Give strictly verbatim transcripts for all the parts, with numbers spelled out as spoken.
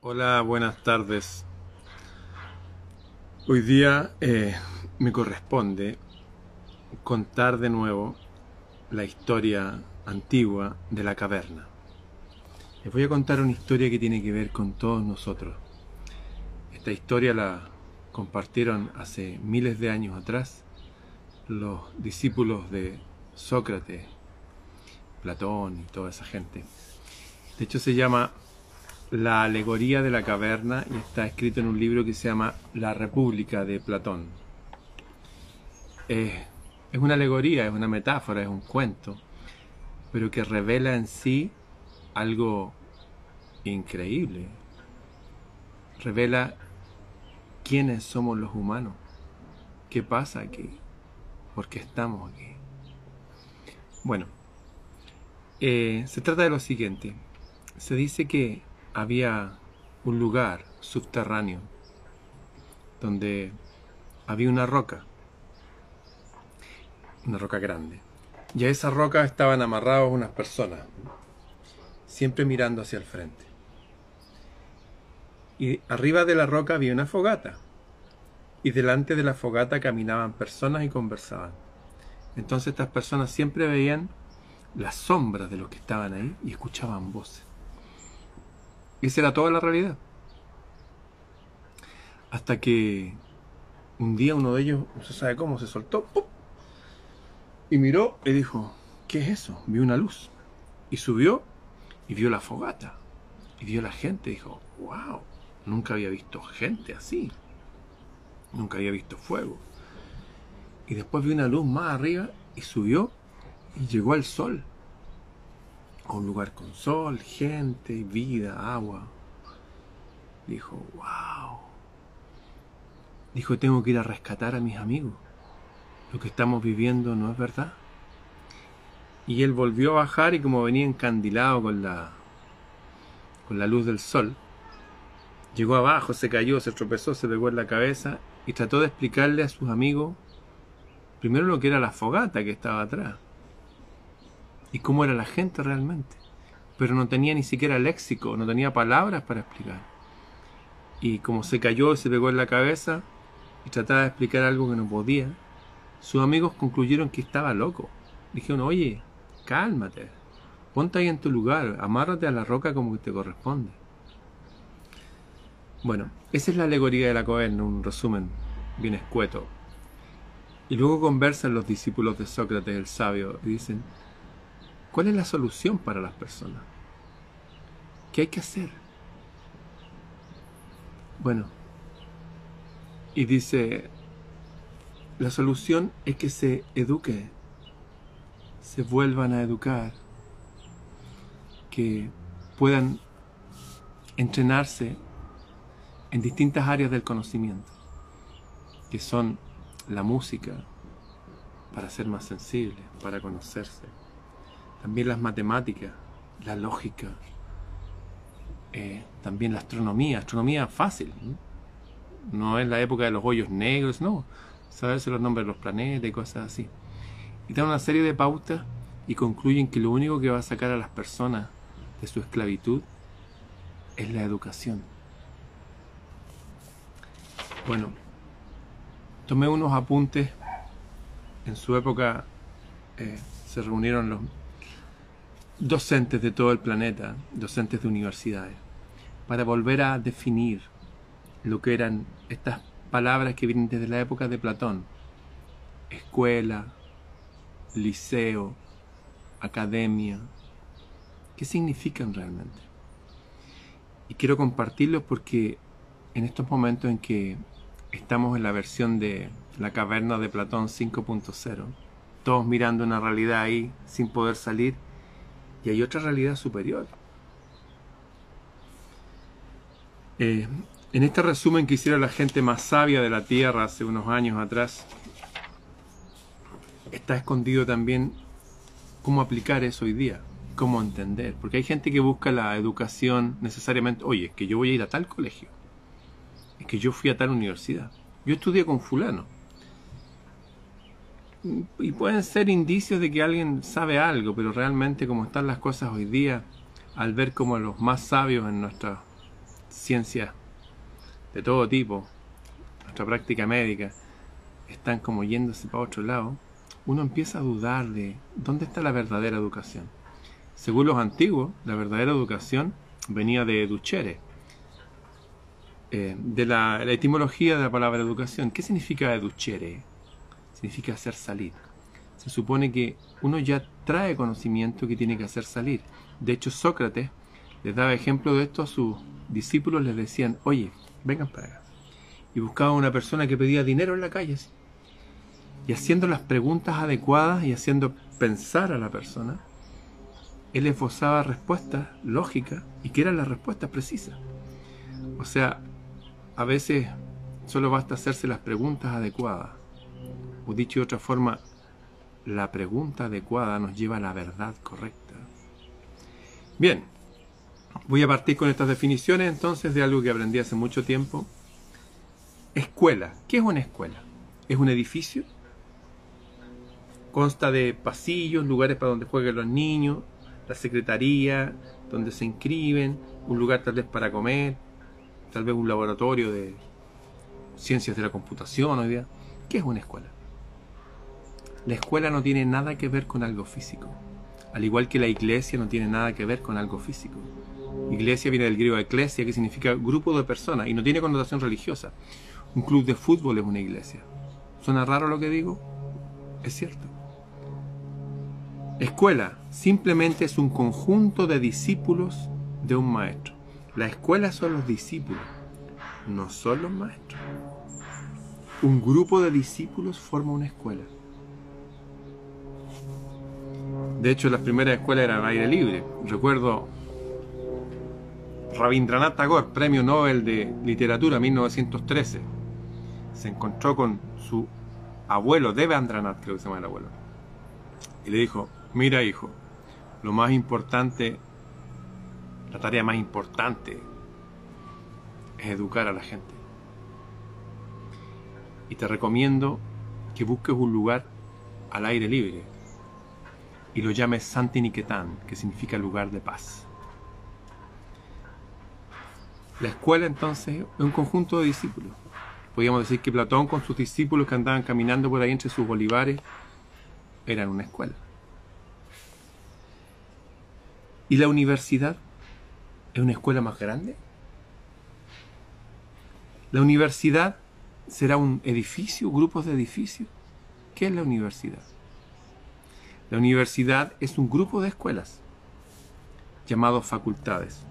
Hola, buenas tardes. Hoy día eh, me corresponde contar de nuevo la historia antigua de la caverna. Les voy a contar una historia que tiene que ver con todos nosotros. Esta historia la compartieron hace miles de años atrás los discípulos de Sócrates, Platón y toda esa gente. De hecho se llama La alegoría de la caverna y está escrito en un libro que se llama La República de Platón. Eh, es una alegoría, es una metáfora, es un cuento, pero que revela en sí algo increíble. Revela quiénes somos los humanos, qué pasa aquí, por qué estamos aquí. Bueno, eh, se trata de lo siguiente. Se dice que había un lugar subterráneo donde había una roca, una roca grande, y a esa roca estaban amarrados unas personas, siempre mirando hacia el frente. Y arriba de la roca había una fogata, y delante de la fogata caminaban personas y conversaban. Entonces estas personas siempre veían las sombras de los que estaban ahí y escuchaban voces. Y esa era toda la realidad. Hasta que un día uno de ellos, no se sabe cómo, se soltó ¡pum! Y miró y dijo: ¿qué es eso? Vio una luz. Y subió y vio la fogata. Y vio la gente y dijo: wow, nunca había visto gente así. Nunca había visto fuego. Y después vio una luz más arriba y subió y llegó al sol. A un lugar con sol, gente, vida, agua. Dijo: wow. Dijo: tengo que ir a rescatar a mis amigos. Lo que estamos viviendo no es verdad. Y él volvió a bajar y como venía encandilado con la, con la luz del sol, llegó abajo, se cayó, se tropezó, se pegó en la cabeza y trató de explicarle a sus amigos primero lo que era la fogata que estaba atrás y cómo era la gente realmente, pero no tenía ni siquiera léxico, no tenía palabras para explicar. Y como se cayó y se pegó en la cabeza y trataba de explicar algo que no podía, sus amigos concluyeron que estaba loco. Dijeron: oye, cálmate, ponte ahí en tu lugar, amárrate a la roca como que te corresponde. Bueno, esa es la alegoría de la caverna, un resumen bien escueto. Y luego conversan los discípulos de Sócrates, el sabio, y dicen: ¿cuál es la solución para las personas? ¿Qué hay que hacer? Bueno, y dice: la solución es que se eduque, se vuelvan a educar, que puedan entrenarse en distintas áreas del conocimiento, que son la música, para ser más sensible, para conocerse. También las matemáticas, la lógica, eh, también la astronomía. Astronomía fácil, ¿no? No es la época de los hoyos negros, no. Saberse los nombres de los planetas y cosas así. Y dan una serie de pautas y concluyen que lo único que va a sacar a las personas de su esclavitud es la educación. Bueno, tomé unos apuntes. En su época eh, se reunieron los docentes de todo el planeta, docentes de universidades, para volver a definir lo que eran estas palabras que vienen desde la época de Platón: escuela, liceo, academia. ¿Qué significan realmente? Y quiero compartirlos porque en estos momentos en que estamos en la versión de la caverna de Platón cinco punto cero, todos mirando una realidad ahí sin poder salir, y hay otra realidad superior. Eh, en este resumen que hicieron la gente más sabia de la Tierra hace unos años atrás, está escondido también cómo aplicar eso hoy día, cómo entender. Porque hay gente que busca la educación necesariamente: oye, es que yo voy a ir a tal colegio, es que yo fui a tal universidad, yo estudié con fulano. Y pueden ser indicios de que alguien sabe algo, pero realmente como están las cosas hoy día, al ver como los más sabios en nuestra ciencias de todo tipo, nuestra práctica médica, están como yéndose para otro lado, uno empieza a dudar de dónde está la verdadera educación. Según los antiguos, la verdadera educación venía de educere, eh, de la, la etimología de la palabra educación. ¿Qué significa educere? Significa hacer salir. Se supone que uno ya trae conocimiento que tiene que hacer salir. De hecho, Sócrates les daba ejemplo de esto a sus discípulos, les decían, oye, vengan para acá. Y buscaba una persona que pedía dinero en la calle, ¿sí? Y haciendo las preguntas adecuadas y haciendo pensar a la persona, él esbozaba respuestas lógicas y que eran las respuestas precisas. O sea, a veces solo basta hacerse las preguntas adecuadas. O dicho de otra forma, la pregunta adecuada nos lleva a la verdad correcta. Bien, voy a partir con estas definiciones entonces de algo que aprendí hace mucho tiempo. Escuela. ¿Qué es una escuela? ¿Es un edificio? Consta de pasillos, lugares para donde jueguen los niños, la secretaría, donde se inscriben, un lugar tal vez para comer, tal vez un laboratorio de ciencias de la computación hoy día. ¿Qué es una escuela? La escuela no tiene nada que ver con algo físico, al igual que la iglesia no tiene nada que ver con algo físico. Iglesia viene del griego eclesia, que significa grupo de personas, y no tiene connotación religiosa. Un club de fútbol es una iglesia. ¿Suena raro lo que digo? Es cierto. Escuela simplemente es un conjunto de discípulos de un maestro. La escuela son los discípulos, no son los maestros. Un grupo de discípulos forma una escuela. De hecho, las primeras escuelas eran al aire libre. Recuerdo Rabindranath Tagore, premio Nobel de Literatura mil novecientos trece. Se encontró con su abuelo, Devendranath, creo que se llama el abuelo, y le dijo, mira hijo, lo más importante, la tarea más importante es educar a la gente. Y te recomiendo que busques un lugar al aire libre y lo llames Santiniketan, que significa lugar de paz. La escuela entonces es un conjunto de discípulos. Podríamos decir que Platón con sus discípulos que andaban caminando por ahí entre sus olivares eran una escuela. ¿Y la universidad es una escuela más grande? ¿La universidad será un edificio, grupos de edificios? ¿Qué es la universidad? La universidad es un grupo de escuelas llamados facultades.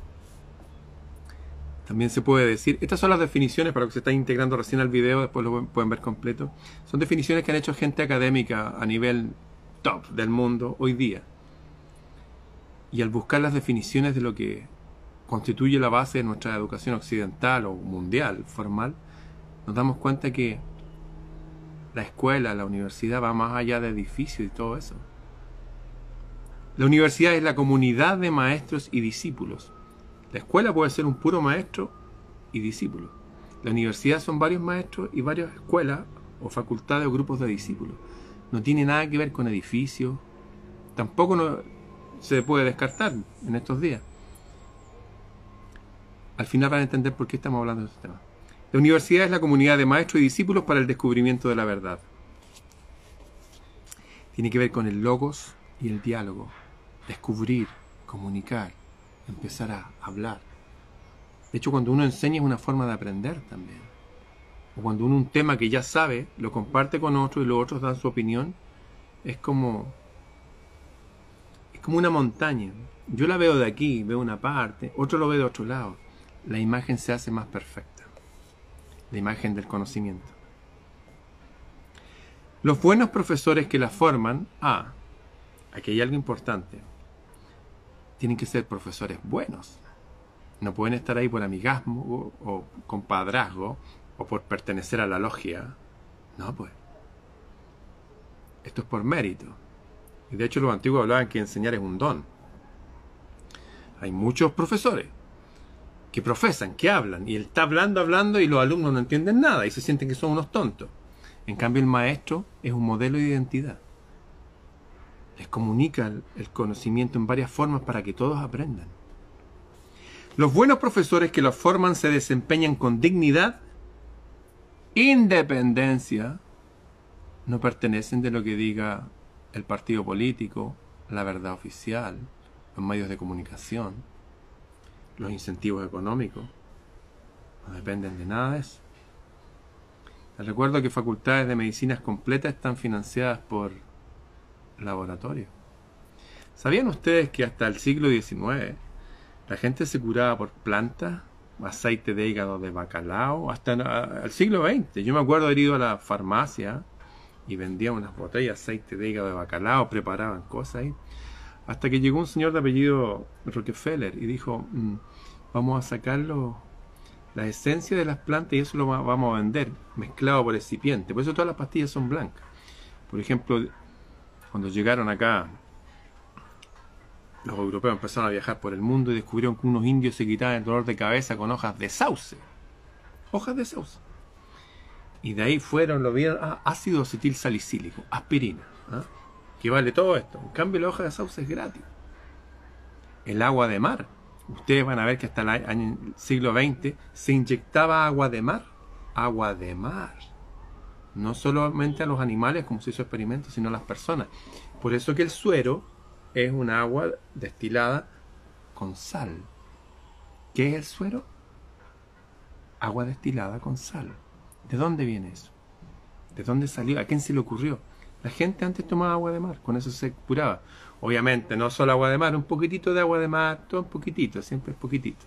También se puede decir, estas son las definiciones para los que se están integrando recién al video, después lo pueden ver completo. Son definiciones que han hecho gente académica a nivel top del mundo hoy día. Y al buscar las definiciones de lo que constituye la base de nuestra educación occidental o mundial, formal, nos damos cuenta que la escuela, la universidad va más allá de edificios y todo eso. La universidad es la comunidad de maestros y discípulos. La escuela puede ser un puro maestro y discípulo. La universidad son varios maestros y varias escuelas o facultades o grupos de discípulos. No tiene nada que ver con edificios. Tampoco no, se puede descartar en estos días. Al final van a entender por qué estamos hablando de este tema. La universidad es la comunidad de maestros y discípulos para el descubrimiento de la verdad. Tiene que ver con el logos y el diálogo. Descubrir, comunicar, empezar a hablar. De hecho, cuando uno enseña es una forma de aprender también. O cuando uno un tema que ya sabe, lo comparte con otros y los otros dan su opinión, es como, es como una montaña. Yo la veo de aquí, veo una parte, otro lo ve de otro lado. La imagen se hace más perfecta. La imagen del conocimiento. Los buenos profesores que la forman, ah, aquí hay algo importante. Tienen que ser profesores buenos. No pueden estar ahí por amigazgo o, o compadrazgo o por pertenecer a la logia. No, pues. Esto es por mérito. Y de hecho los antiguos hablaban que enseñar es un don. Hay muchos profesores que profesan, que hablan, y él está hablando, hablando, y los alumnos no entienden nada y se sienten que son unos tontos. En cambio el maestro es un modelo de identidad. Les comunica el conocimiento en varias formas para que todos aprendan. Los buenos profesores que los forman se desempeñan con dignidad, independencia, no pertenecen de lo que diga el partido político, la verdad oficial, los medios de comunicación, los incentivos económicos. No dependen de nada de eso. Les recuerdo que facultades de medicinas completas están financiadas por laboratorios. ¿Sabían ustedes que hasta el siglo diecinueve la gente se curaba por plantas, aceite de hígado de bacalao, hasta el siglo veinte? Yo me acuerdo de haber ido a la farmacia y vendían unas botellas de aceite de hígado de bacalao, preparaban cosas ahí. Hasta que llegó un señor de apellido Rockefeller y dijo, mmm, vamos a sacarlo, la esencia de las plantas, y eso lo vamos a vender, mezclado por recipiente. Por eso todas las pastillas son blancas. Por ejemplo, cuando llegaron acá, los europeos empezaron a viajar por el mundo y descubrieron que unos indios se quitaban el dolor de cabeza con hojas de sauce. Hojas de sauce. Y de ahí fueron, lo vieron, ah, ácido acetil salicílico, aspirina, ¿ah? Que vale todo esto. En cambio, la hoja de sauce es gratis. El agua de mar. Ustedes van a ver que hasta el año, siglo veinte se inyectaba agua de mar. Agua de mar. No solamente a los animales, como se hizo experimento, sino a las personas. Por eso que el suero es un agua destilada con sal. ¿Qué es el suero? Agua destilada con sal. ¿De dónde viene eso? ¿De dónde salió? ¿A quién se le ocurrió? La gente antes tomaba agua de mar, con eso se curaba. Obviamente, no solo agua de mar, un poquitito de agua de mar, todo un poquitito, siempre es poquitito.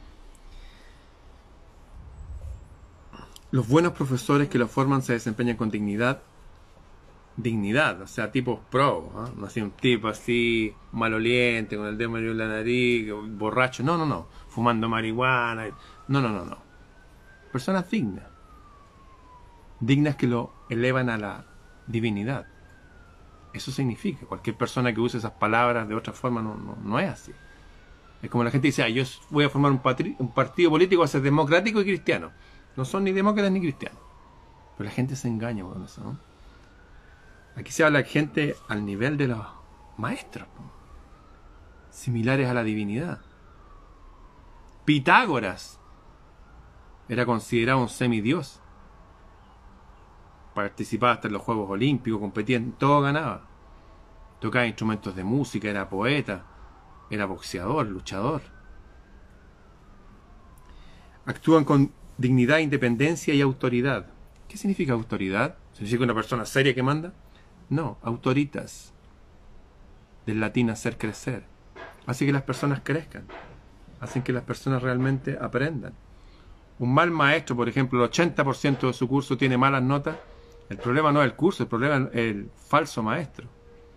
Los buenos profesores que los forman se desempeñan con dignidad, dignidad, o sea, tipos pro, ¿eh? No así un tipo así, maloliente, con el dedo medio en la nariz, borracho, no, no, no, fumando marihuana, no, no, no, no. Personas dignas, dignas que lo elevan a la divinidad. Eso significa, cualquier persona que use esas palabras de otra forma no, no, no es así. Es como la gente dice, ah, yo voy a formar un, patri un partido político, va a ser democrático y cristiano. No son ni demócratas ni cristianos. Pero la gente se engaña con eso, ¿no? Aquí se habla de gente al nivel de los maestros, ¿no? Similares a la divinidad. Pitágoras era considerado un semidios. Participaba hasta en los Juegos Olímpicos, competía en todo, ganaba. Tocaba instrumentos de música, era poeta, era boxeador, luchador. Actúan con dignidad, independencia y autoridad. ¿Qué significa autoridad? ¿Significa una persona seria que manda? No, autoritas. Del latín hacer crecer. Hace que las personas crezcan. Hacen que las personas realmente aprendan. Un mal maestro, por ejemplo, el ochenta por ciento de su curso tiene malas notas. El problema no es el curso, el problema es el falso maestro.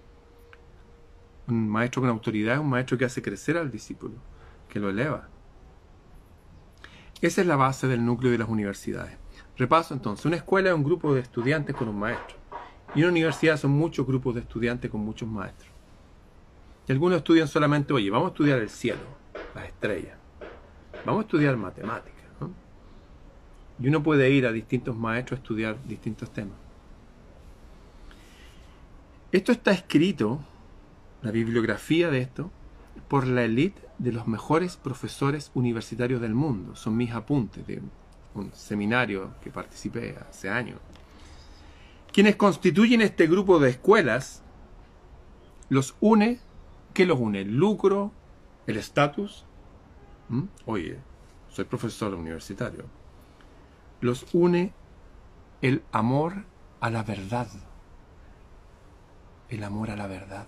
Un maestro con autoridad es un maestro que hace crecer al discípulo, que lo eleva. Esa es la base del núcleo de las universidades. Repaso entonces, una escuela es un grupo de estudiantes con un maestro. Y una universidad son muchos grupos de estudiantes con muchos maestros. Y algunos estudian solamente, oye, vamos a estudiar el cielo, las estrellas. Vamos a estudiar matemáticas. Y uno puede ir a distintos maestros a estudiar distintos temas. Esto está escrito, la bibliografía de esto, por la élite de los mejores profesores universitarios del mundo. Son mis apuntes de un seminario que participé hace años. Quienes constituyen este grupo de escuelas, los une, ¿qué los une? El lucro, el estatus. ¿Mm? Oye, soy profesor universitario. Los une el amor a la verdad. El amor a la verdad.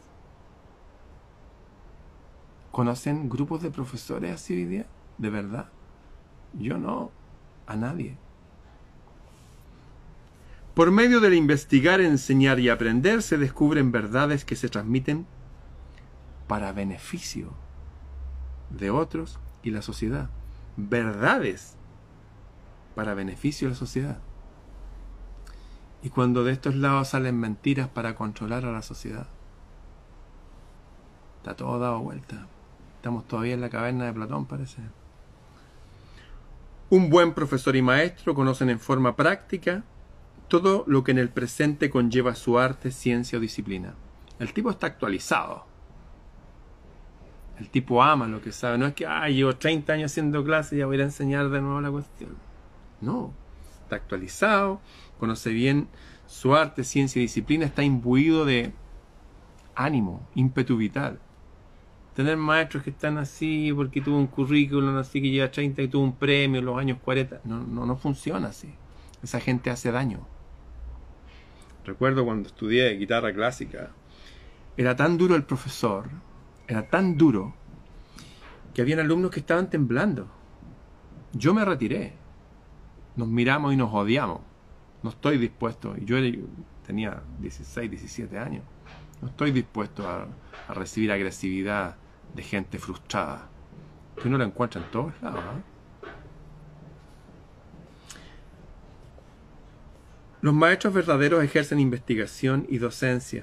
¿Conocen grupos de profesores así hoy día? ¿De verdad? Yo no. A nadie. Por medio del investigar, enseñar y aprender, se descubren verdades que se transmiten para beneficio de otros y la sociedad. Verdades para beneficio de la sociedad. Y cuando de estos lados salen mentiras para controlar a la sociedad, está todo dado vuelta. Estamos todavía en la caverna de Platón, parece. Un buen profesor y maestro conocen en forma práctica todo lo que en el presente conlleva su arte, ciencia o disciplina. El tipo está actualizado. El tipo ama lo que sabe. No es que, ah, llevo treinta años haciendo clases y ya voy a ir a enseñar de nuevo la cuestión. No. Está actualizado, conoce bien su arte, ciencia y disciplina, está imbuido de ánimo, ímpetu vital. Tener maestros que están así porque tuvo un currículum así que lleva treinta y tuvo un premio en los años cuarenta, no, no, no funciona así. Esa gente hace daño. Recuerdo cuando estudié guitarra clásica, era tan duro el profesor, era tan duro, que habían alumnos que estaban temblando. Yo me retiré. Nos miramos y nos odiamos. No estoy dispuesto, y yo tenía dieciséis, diecisiete años, no estoy dispuesto a, a recibir agresividad de gente frustrada, que uno la encuentra en todos lados, ¿eh? Los maestros verdaderos ejercen investigación y docencia.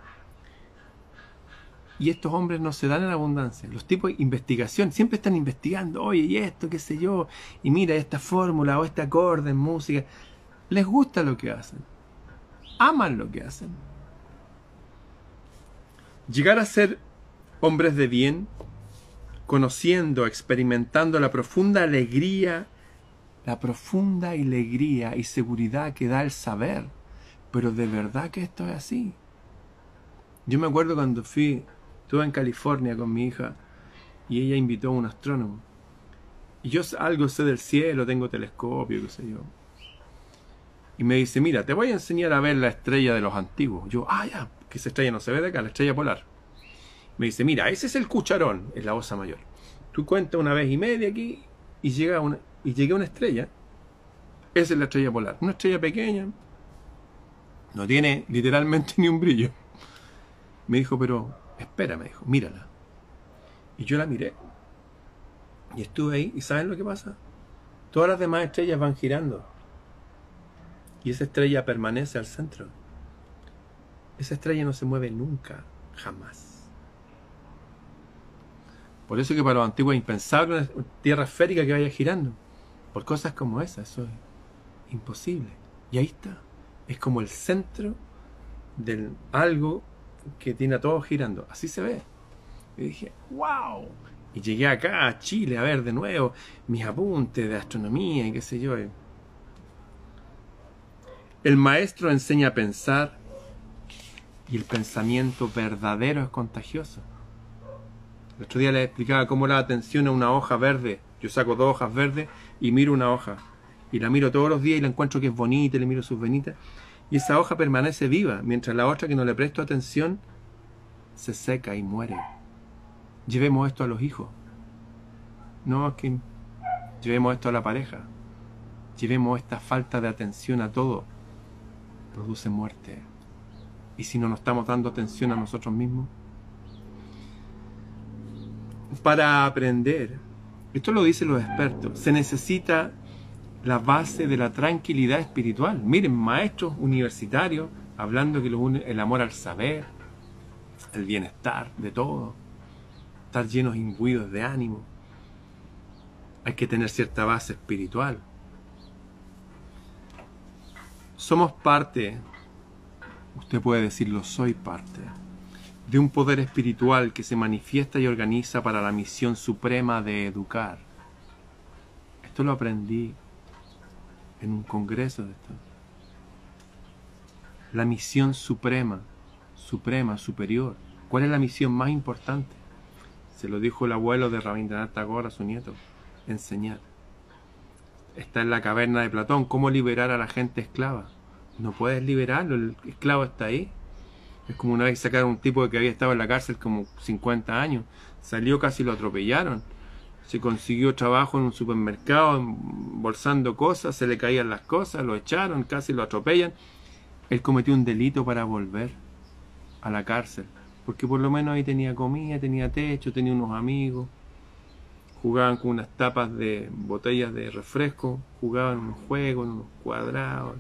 Y estos hombres no se dan en abundancia. Los tipos de investigación siempre están investigando. Oye, y esto, qué sé yo. Y mira, esta fórmula o este acorde en música. Les gusta lo que hacen. Aman lo que hacen. Llegar a ser hombres de bien, conociendo, experimentando la profunda alegría, la profunda alegría y seguridad que da el saber. Pero de verdad que esto es así. Yo me acuerdo cuando fui... Estuve en California con mi hija y ella invitó a un astrónomo. Y yo algo sé del cielo, tengo telescopio, qué sé yo. Y me dice, mira, te voy a enseñar a ver la estrella de los antiguos. Yo, ah, ya, que esa estrella no se ve de acá, la estrella polar. Me dice, mira, ese es el cucharón, es la Osa Mayor. Tú cuentas una vez y media aquí y llega una, y llega una estrella. Esa es la estrella polar. Una estrella pequeña. No tiene literalmente ni un brillo. Me dijo, pero... espera, me dijo, mírala. Y yo la miré. Y estuve ahí. ¿Y saben lo que pasa? Todas las demás estrellas van girando. Y esa estrella permanece al centro. Esa estrella no se mueve nunca. Jamás. Por eso que para los antiguos es impensable una tierra esférica que vaya girando. Por cosas como esas. Eso es imposible. Y ahí está. Es como el centro del algo que tiene a todos girando. Así se ve. Y dije, wow. Y llegué acá a Chile a ver de nuevo mis apuntes de astronomía y qué sé yo. El maestro enseña a pensar y el pensamiento verdadero es contagioso. El otro día les explicaba cómo la atención a una hoja verde. Yo saco dos hojas verdes y miro una hoja. Y la miro todos los días y la encuentro que es bonita, y le miro sus venitas. Y esa hoja permanece viva, mientras la otra que no le presto atención se seca y muere. Llevemos esto a los hijos. No, es que llevemos esto a la pareja. Llevemos esta falta de atención a todo. Produce muerte. Y si no nos estamos dando atención a nosotros mismos. Para aprender, esto lo dicen los expertos, se necesita la base de la tranquilidad espiritual. Miren, maestros universitarios hablando que el amor al saber, el bienestar de todo, estar llenos, imbuidos de ánimo. Hay que tener cierta base espiritual. Somos parte, usted puede decirlo, soy parte, de un poder espiritual que se manifiesta y organiza para la misión suprema de educar. Esto lo aprendí en un congreso de esto. La misión suprema, suprema, superior. ¿Cuál es la misión más importante? Se lo dijo el abuelo de Rabindranath Tagore a su nieto. Enseñar. Está en la caverna de Platón. ¿Cómo liberar a la gente esclava? No puedes liberarlo, el esclavo está ahí. Es como una vez sacaron un tipo que había estado en la cárcel como cincuenta años. Salió, casi lo atropellaron. Se consiguió trabajo en un supermercado, embolsando cosas, se le caían las cosas, lo echaron, casi lo atropellan. Él cometió un delito para volver a la cárcel, porque por lo menos ahí tenía comida, tenía techo, tenía unos amigos, jugaban con unas tapas de botellas de refresco, jugaban unos juegos, unos cuadrados.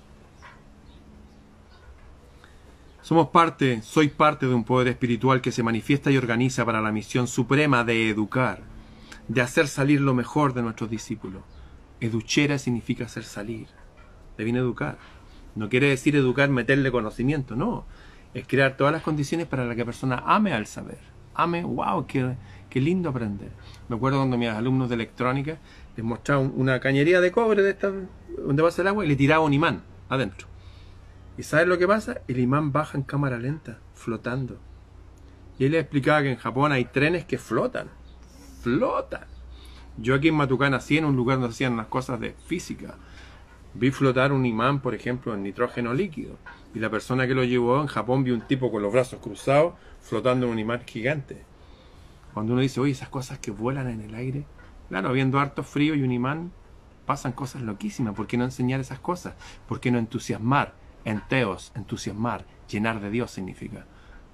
Somos parte, soy parte de un poder espiritual que se manifiesta y organiza para la misión suprema de educar, de hacer salir lo mejor de nuestros discípulos. Educhera significa hacer salir. De bien educar. No quiere decir educar, meterle conocimiento, no. Es crear todas las condiciones para que la persona ame al saber. Ame, wow, qué, Qué lindo aprender. Me acuerdo cuando mis alumnos de electrónica les mostraba una cañería de cobre de esta, donde pasa el agua, y le tiraba un imán adentro. ¿Y sabes lo que pasa? El imán baja en cámara lenta, flotando. Y él les explicaba que en Japón hay trenes que flotan. ¡Flotan! Yo aquí en Matucá nací en un lugar donde hacían unas cosas de física. Vi flotar un imán, por ejemplo, en nitrógeno líquido. Y la persona que lo llevó en Japón vio un tipo con los brazos cruzados flotando en un imán gigante. Cuando uno dice, oye, esas cosas que vuelan en el aire, claro, habiendo harto frío y un imán, pasan cosas loquísimas. ¿Por qué no enseñar esas cosas? ¿Por qué no entusiasmar? Enteos, entusiasmar, llenar de Dios significa.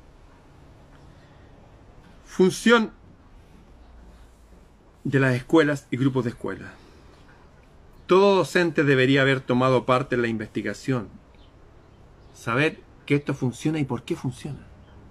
Función de las escuelas y grupos de escuelas. Todo docente debería haber tomado parte en la investigación. Saber que esto funciona y por qué funciona.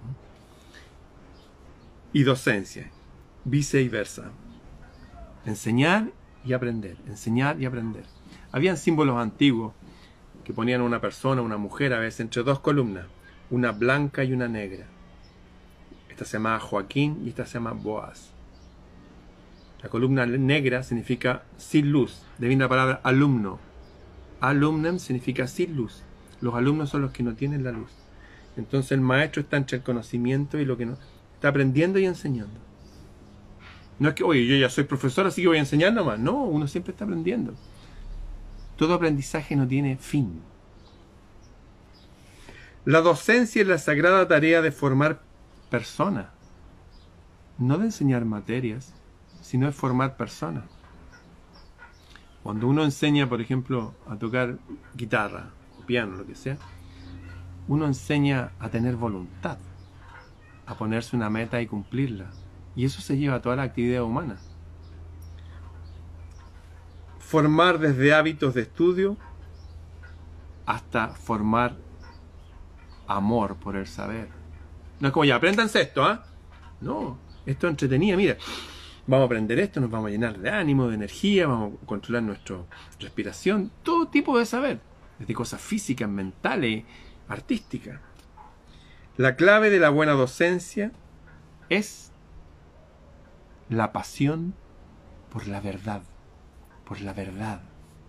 Y docencia, viceversa. Enseñar y aprender, enseñar y aprender. Habían símbolos antiguos que ponían a una persona, una mujer, a veces entre dos columnas, una blanca y una negra. Esta se llama Joaquín y esta se llama Boaz. La columna negra significa sin luz, de ahí la palabra alumno. Alumnum significa sin luz. Los alumnos son los que no tienen la luz. Entonces el maestro está entre el conocimiento y lo que no. Está aprendiendo y enseñando. No es que, oye, yo ya soy profesor, así que voy a enseñar nomás. No, uno siempre está aprendiendo. Todo aprendizaje no tiene fin. La docencia es la sagrada tarea de formar personas. No de enseñar materias, sino de formar personas. Cuando uno enseña, por ejemplo, a tocar guitarra o piano, lo que sea, uno enseña a tener voluntad, a ponerse una meta y cumplirla. Y eso se lleva a toda la actividad humana. Formar desde hábitos de estudio hasta formar amor por el saber. No es como ya, apréndanse esto, ¿ah? ¿eh? No, esto es entretenido, mira. Vamos a aprender esto, nos vamos a llenar de ánimo, de energía, vamos a controlar nuestra respiración, todo tipo de saber, desde cosas físicas, mentales, artísticas. La clave de la buena docencia es la pasión por la verdad, por la verdad.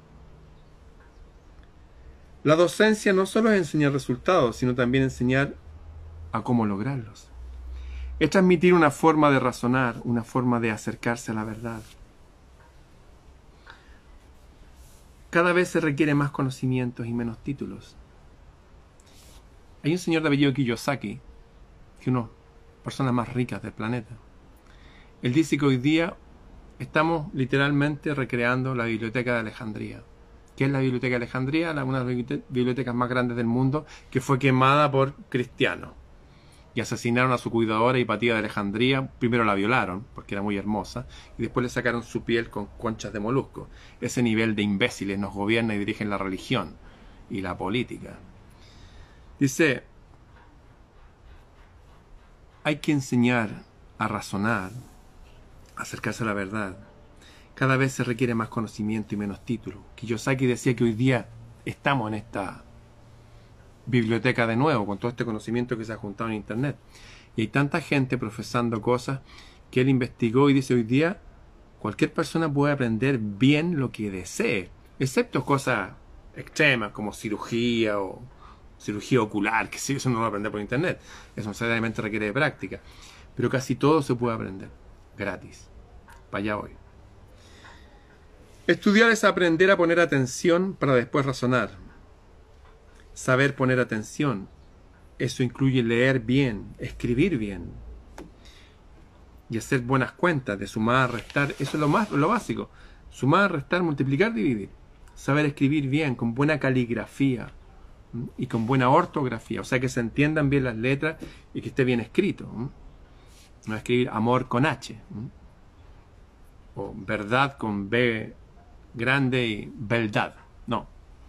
La docencia no solo es enseñar resultados, sino también enseñar a cómo lograrlos. Es transmitir una forma de razonar, una forma de acercarse a la verdad. Cada vez se requiere más conocimientos y menos títulos. Hay un señor de apellido Kiyosaki, que es una de las personas más ricas del planeta. Él dice que hoy día estamos literalmente recreando la Biblioteca de Alejandría. ¿Qué es la Biblioteca de Alejandría? Una de las bibliotecas más grandes del mundo, que fue quemada por cristianos. Y asesinaron a su cuidadora Hipatía de Alejandría. Primero la violaron, porque era muy hermosa, y después le sacaron su piel con conchas de molusco. Ese nivel de imbéciles nos gobierna y dirigen la religión y la política. Dice, hay que enseñar a razonar, a acercarse a la verdad. Cada vez se requiere más conocimiento y menos título. Kiyosaki decía que hoy día estamos en esta biblioteca de nuevo, con todo este conocimiento que se ha juntado en internet. Y hay tanta gente profesando cosas que él investigó y dice, hoy día cualquier persona puede aprender bien lo que desee, excepto cosas extremas como cirugía o cirugía ocular, que sí, eso no lo va a aprender por internet. Eso necesariamente requiere de práctica. Pero casi todo se puede aprender gratis. Para allá voy. Estudiar es aprender a poner atención para después razonar. Saber poner atención. Eso incluye leer bien, escribir bien. Y hacer buenas cuentas de sumar, restar. Eso es lo más, lo básico. Sumar, restar, multiplicar, dividir. Saber escribir bien, con buena caligrafía y con buena ortografía. O sea, que se entiendan bien las letras y que esté bien escrito. No escribir amor con H. O verdad con B grande y verdad. No.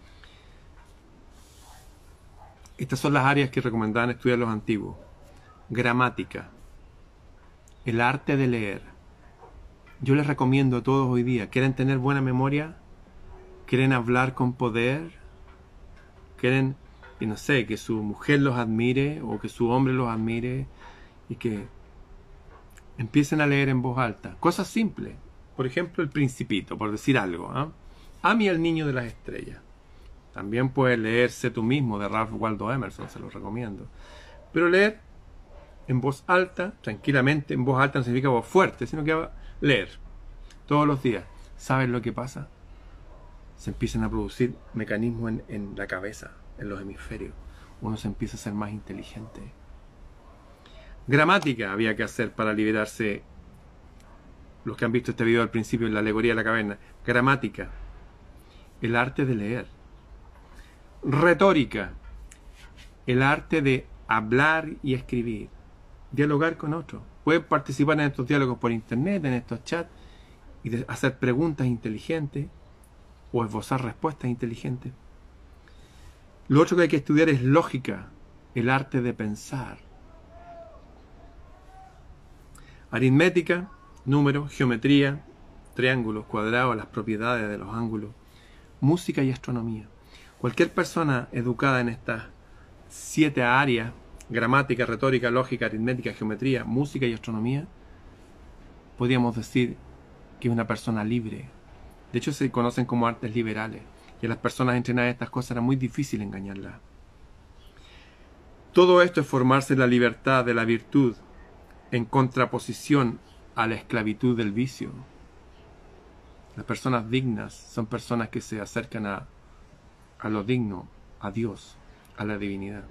Estas son las áreas que recomendaban estudiar los antiguos. Gramática. El arte de leer. Yo les recomiendo a todos hoy día. ¿Quieren tener buena memoria? ¿Quieren hablar con poder? ¿Quieren, que no sé, que su mujer los admire o que su hombre los admire y que empiecen a leer en voz alta. Cosas simples. Por ejemplo, El Principito, por decir algo. ¿eh? Amy el niño de las estrellas. También puedes leer Sé tú mismo, de Ralph Waldo Emerson, se los recomiendo. Pero leer en voz alta, tranquilamente, en voz alta no significa voz fuerte, sino que leer todos los días. ¿Sabes lo que pasa? Se empiezan a producir mecanismos en, en la cabeza, en los hemisferios. Uno se empieza a ser más inteligente. Gramática había que hacer para liberarse. Los que han visto este video al principio en la alegoría de la caverna. Gramática. El arte de leer. Retórica. El arte de hablar y escribir. Dialogar con otros. Pueden participar en estos diálogos por internet, en estos chats, y de hacer preguntas inteligentes o esbozar respuestas inteligentes. Lo otro que hay que estudiar es lógica, el arte de pensar. Aritmética, números, geometría, triángulos, cuadrados, las propiedades de los ángulos, música y astronomía. Cualquier persona educada en estas siete áreas, gramática, retórica, lógica, aritmética, geometría, música y astronomía, podríamos decir que es una persona libre. De hecho, se conocen como artes liberales. Y a las personas entrenadas en estas cosas era muy difícil engañarlas. Todo esto es formarse en la libertad de la virtud, en contraposición a la esclavitud del vicio. Las personas dignas son personas que se acercan a, a lo digno, a Dios, a la divinidad.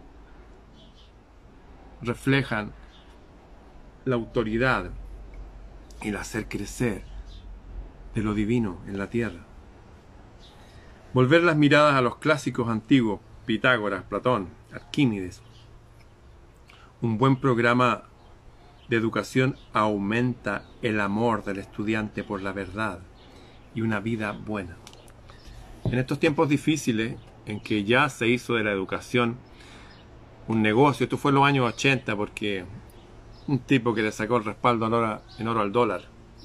Reflejan la autoridad y el hacer crecer de lo divino en la tierra. Volver las miradas a los clásicos antiguos, Pitágoras, Platón, Arquímedes. Un buen programa de educación aumenta el amor del estudiante por la verdad y una vida buena. En estos tiempos difíciles, en que ya se hizo de la educación un negocio, esto fue en los años ochenta, porque un tipo que le sacó el respaldo en oro, en oro al dólar,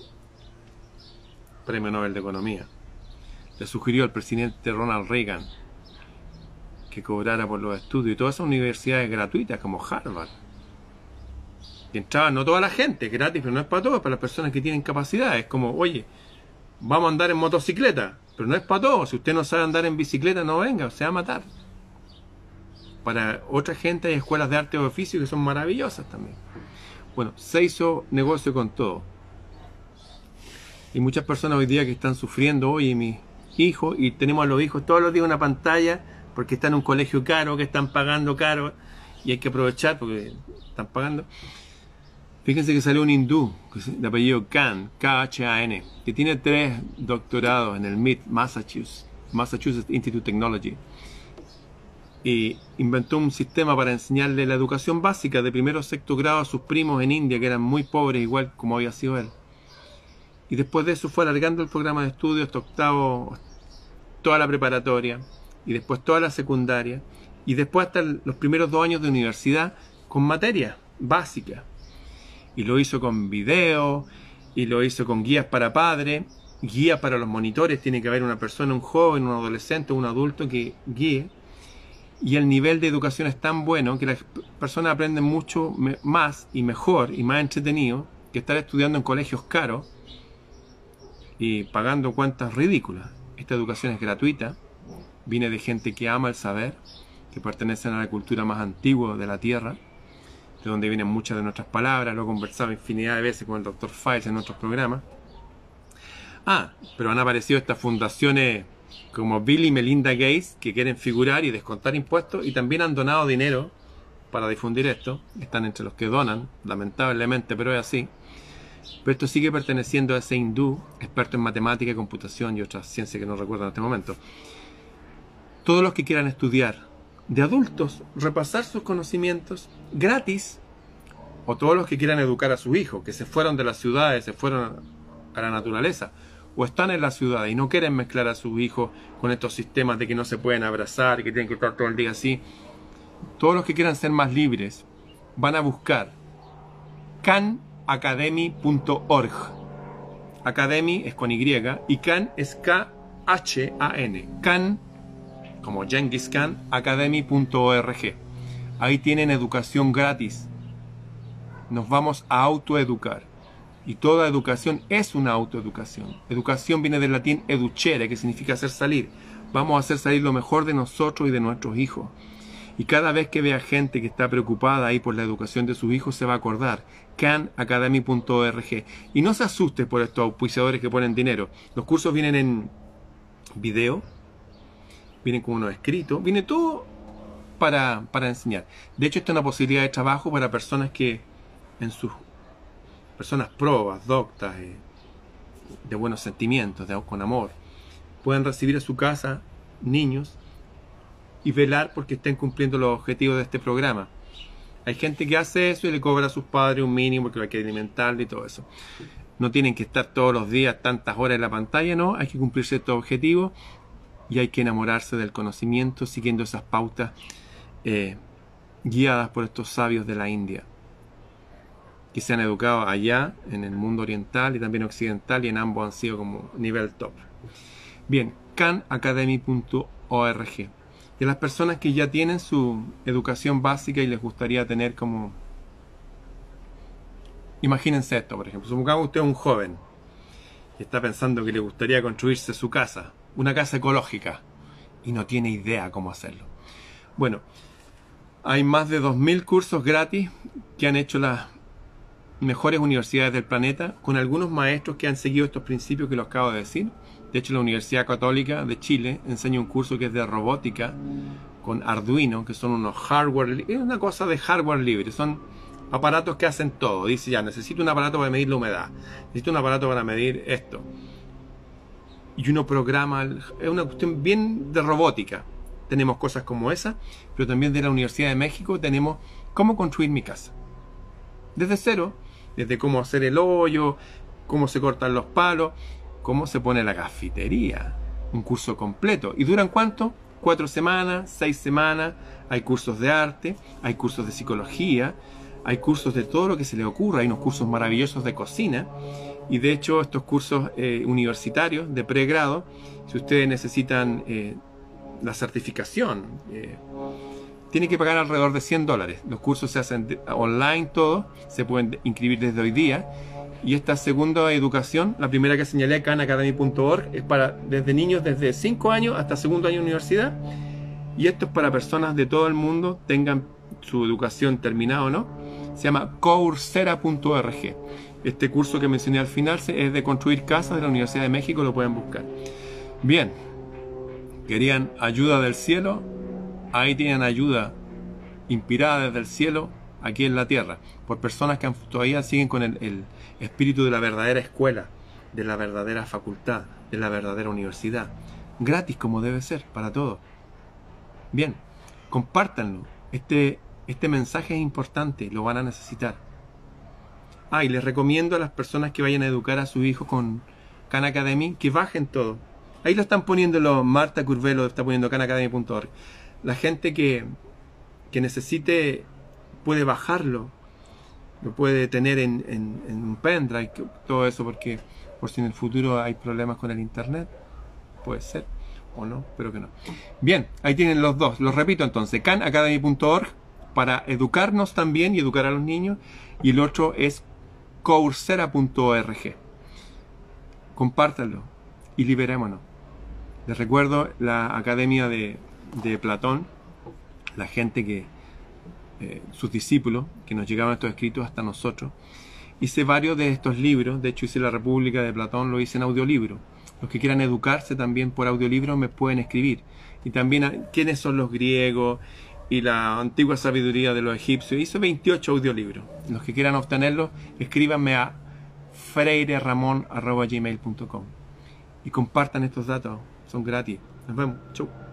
Premio Nobel de Economía, le sugirió al presidente Ronald Reagan que cobrara por los estudios, y todas esas universidades gratuitas como Harvard, y entraba no toda la gente, gratis, pero no es para todos, para las personas que tienen capacidad. Es como, oye, vamos a andar en motocicleta, pero no es para todos. Si usted no sabe andar en bicicleta, no venga, se va a matar. Para otra gente hay escuelas de arte o oficio que son maravillosas también. Bueno, se hizo negocio con todo. Y muchas personas hoy día que están sufriendo, oye, mis hijos, y tenemos a los hijos todos los días en una pantalla, porque están en un colegio caro, que están pagando caro, y hay que aprovechar porque están pagando. Fíjense que salió un hindú de apellido Khan, K H A N, que tiene tres doctorados en el M I T, Massachusetts, Massachusetts Institute of Technology, y inventó un sistema para enseñarle la educación básica de primero a sexto grado a sus primos en India, que eran muy pobres, igual como había sido él. Y después de eso fue alargando el programa de estudios hasta octavo, toda la preparatoria, y después toda la secundaria, y después hasta los primeros dos años de universidad con materia básica. Y lo hizo con video, y lo hizo con guías para padres, guías para los monitores. Tiene que haber una persona, un joven, un adolescente, un adulto que guíe. Y el nivel de educación es tan bueno que las personas aprenden mucho más y mejor y más entretenido que estar estudiando en colegios caros y pagando cuentas ridículas. Esta educación es gratuita, viene de gente que ama el saber, que pertenecen a la cultura más antigua de la tierra, de donde vienen muchas de nuestras palabras. Lo he conversado infinidad de veces con el doctor Files en nuestros programas. Ah, pero han aparecido estas fundaciones como Bill y Melinda Gates que quieren figurar y descontar impuestos, y también han donado dinero para difundir esto. Están entre los que donan, lamentablemente, pero es así. Pero esto sigue perteneciendo a ese hindú, experto en matemática, computación y otras ciencias que no recuerdo en este momento. Todos los que quieran estudiar de adultos, repasar sus conocimientos gratis, o todos los que quieran educar a sus hijos, que se fueron de las ciudades, se fueron a la naturaleza, o están en la ciudad y no quieren mezclar a sus hijos con estos sistemas de que no se pueden abrazar, que tienen que estar todo el día así. Todos los que quieran ser más libres van a buscar khan academy punto org. Academy es con Y y Khan es K H A N. Khan, como Genghis Khan, academy punto org. Ahí tienen educación gratis. Nos vamos a autoeducar. Y toda educación es una autoeducación. Educación viene del latín educere, que significa hacer salir. Vamos a hacer salir lo mejor de nosotros y de nuestros hijos. Y cada vez que vea gente que está preocupada ahí por la educación de sus hijos, se va a acordar. khan academy punto org. Y no se asuste por estos auspiciadores que ponen dinero. Los cursos vienen en video, vienen con unos escritos, viene todo para, para enseñar. De hecho, esta es una posibilidad de trabajo para personas que en sus personas probas, doctas, eh, de buenos sentimientos, de, con amor, pueden recibir a su casa niños y velar porque estén cumpliendo los objetivos de este programa. Hay gente que hace eso y le cobra a sus padres un mínimo porque hay que alimentarle y todo eso. No tienen que estar todos los días tantas horas en la pantalla, no, hay que cumplir ciertos objetivos y hay que enamorarse del conocimiento siguiendo esas pautas eh, guiadas por estos sabios de la India, que se han educado allá en el mundo oriental y también occidental, y en ambos han sido como nivel top. Bien, khan academy punto org. De las personas que ya tienen su educación básica y les gustaría tener como... Imagínense esto, por ejemplo. Supongamos usted es un joven y está pensando que le gustaría construirse su casa, una casa ecológica, y no tiene idea cómo hacerlo. Bueno, hay más de dos mil cursos gratis que han hecho las mejores universidades del planeta, con algunos maestros que han seguido estos principios que los acabo de decir. De hecho, la Universidad Católica de Chile enseña un curso que es de robótica con Arduino, que son unos hardware, es una cosa de hardware libre, son aparatos que hacen todo. Dice ya, necesito un aparato para medir la humedad, necesito un aparato para medir esto. Y uno programa, es una cuestión bien de robótica. Tenemos cosas como esa, pero también de la Universidad de México tenemos cómo construir mi casa. Desde cero, desde cómo hacer el hoyo, cómo se cortan los palos, cómo se pone la cafetería. Un curso completo. ¿Y duran cuánto? Cuatro semanas, seis semanas. Hay cursos de arte, hay cursos de psicología, hay cursos de todo lo que se le ocurra. Hay unos cursos maravillosos de cocina. Y de hecho, estos cursos eh, universitarios de pregrado, si ustedes necesitan eh, la certificación, eh, tienen que pagar alrededor de cien dólares. Los cursos se hacen de, online, todos, se pueden inscribir desde hoy día. Y esta segunda educación, la primera que señalé, khan academy punto org, es para desde niños desde cinco años hasta segundo año de universidad. Y esto es para personas de todo el mundo, tengan su educación terminada o no. Se llama coursera punto org. Este curso que mencioné al final es de construir casas de la Universidad de México, lo pueden buscar. Bien, querían ayuda del cielo, ahí tienen ayuda inspirada desde el cielo, aquí en la tierra, por personas que todavía siguen con el, el espíritu de la verdadera escuela, de la verdadera facultad, de la verdadera universidad. Gratis como debe ser, para todos. Bien, compártanlo. Este, este mensaje es importante, lo van a necesitar. Ah, y les recomiendo a las personas que vayan a educar a su hijo con Khan Academy, que bajen todo. Ahí lo están poniendo, los, Marta Curvelo está poniendo khan academy punto org. La gente que, que necesite puede bajarlo, lo puede tener en, en, en un pendrive, todo eso, porque por si en el futuro hay problemas con el internet, puede ser, o no, pero que no. Bien, ahí tienen los dos, los repito entonces, khan academy punto org para educarnos también y educar a los niños, y el otro es coursera punto org. Compártanlo y liberémonos. Les recuerdo la academia de, de Platón, la gente que Eh, sus discípulos, que nos llegaban estos escritos hasta nosotros. Hice varios de estos libros, de hecho hice La República de Platón, lo hice en audiolibro. Los que quieran educarse también por audiolibro me pueden escribir. Y también a, quiénes son los griegos y la antigua sabiduría de los egipcios. Hice veintiocho audiolibros. Los que quieran obtenerlos, escríbanme a freireramon arroba gmail punto com y compartan estos datos, son gratis. Nos vemos, chau.